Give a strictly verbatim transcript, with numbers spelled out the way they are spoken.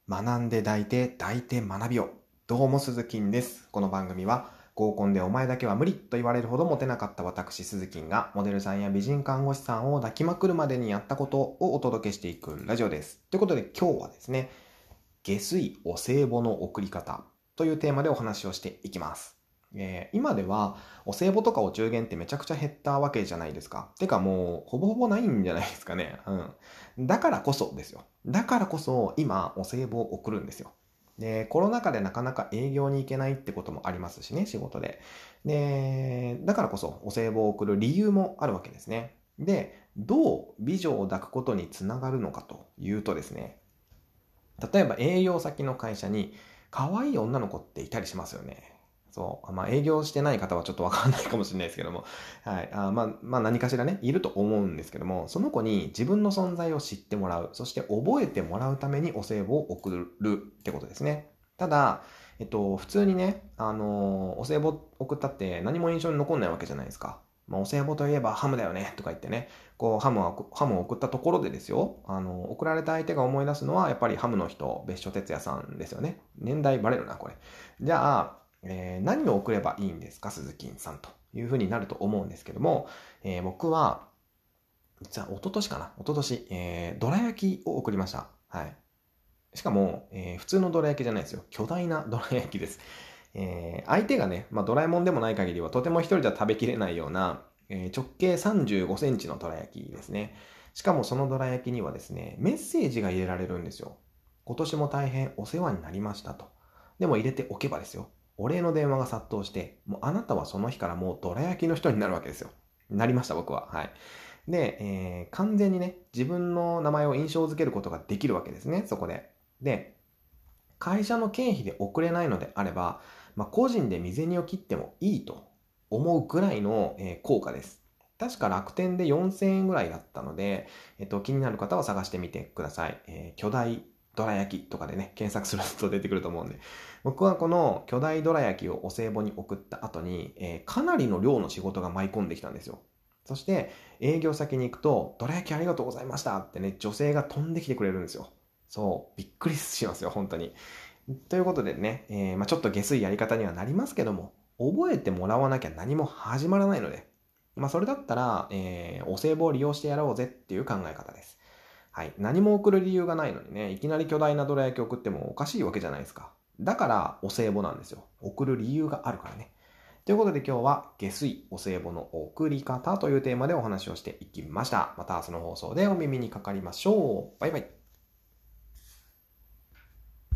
学んで抱いて抱いて学びを。どうも鈴金です。この番組は合コンでお前だけは無理と言われるほどモテなかった私鈴金がモデルさんや美人看護師さんを抱きまくるまでにやったことをお届けしていくラジオです。ということで今日はですね、下水お歳暮の送り方というテーマでお話をしていきます。えー、今ではお歳暮とかお中元ってめちゃくちゃ減ったわけじゃないですか。てかもうほぼほぼないんじゃないですかね。うん。だからこそですよ。だからこそ今お歳暮を送るんですよ。で、コロナ禍でなかなか営業に行けないってこともありますしね、仕事で。で、だからこそお歳暮を送る理由もあるわけですね。で、どう美女を抱くことにつながるのかというとですね、例えば営業先の会社に可愛い女の子っていたりしますよね。そう。まあ営業してない方はちょっとわかんないかもしれないですけども。はい。あまあ、まあ何かしらね、いると思うんですけども、その子に自分の存在を知ってもらう。そして覚えてもらうためにお歳暮を送るってことですね。ただ、えっと、普通にね、あの、お歳暮送ったって何も印象に残んないわけじゃないですか。まあ、お歳暮といえばハムだよねとか言ってね、こうハムをハムを送ったところでですよ、あの送られた相手が思い出すのはやっぱりハムの人、別所哲也さんですよね。年代バレるなこれ。じゃあ、えー何を送ればいいんですか鈴木さんというふうになると思うんですけども、えー僕は実は一昨年かな一昨年、えー、どら焼きを送りました。はい。しかも、えー普通のどら焼きじゃないですよ。巨大などら焼きです。えー相手がね、まあ、ドラえもんでもない限りはとても一人では食べきれないような、えー直径さんじゅうごセンチのどら焼きですね。しかもそのどら焼きにはですね、メッセージが入れられるんですよ。今年も大変お世話になりましたと。でも入れておけばですよ。お礼の電話が殺到して、もうあなたはその日からもうどら焼きの人になるわけですよ。なりました僕は。はい。で、えー完全にね、自分の名前を印象づけることができるわけですね、そこで。で、会社の経費で送れないのであれば、まあ、個人で身銭を切ってもいいと思うぐらいの、えー効果です。確か楽天でよんせんえんぐらいだったので、えっと、気になる方は探してみてください。えー巨大どら焼きとかでね、検索すると出てくると思うんで。僕はこの巨大どら焼きをお歳暮に送った後に、えーかなりの量の仕事が舞い込んできたんですよ。そして営業先に行くと、どら焼きありがとうございましたってね、女性が飛んできてくれるんですよ。そう、びっくりしますよ、本当に。ということでね、えーまあ、ちょっと下水やり方にはなりますけども、覚えてもらわなきゃ何も始まらないので、まあ、それだったら、えーお歳暮を利用してやろうぜっていう考え方です。はい。何も送る理由がないのにね、いきなり巨大などら焼きを送ってもおかしいわけじゃないですか。だから、お歳暮なんですよ。送る理由があるからね。ということで今日は下水お歳暮の送り方というテーマでお話をしていきました。また明日の放送でお耳にかかりましょう。バイバイ。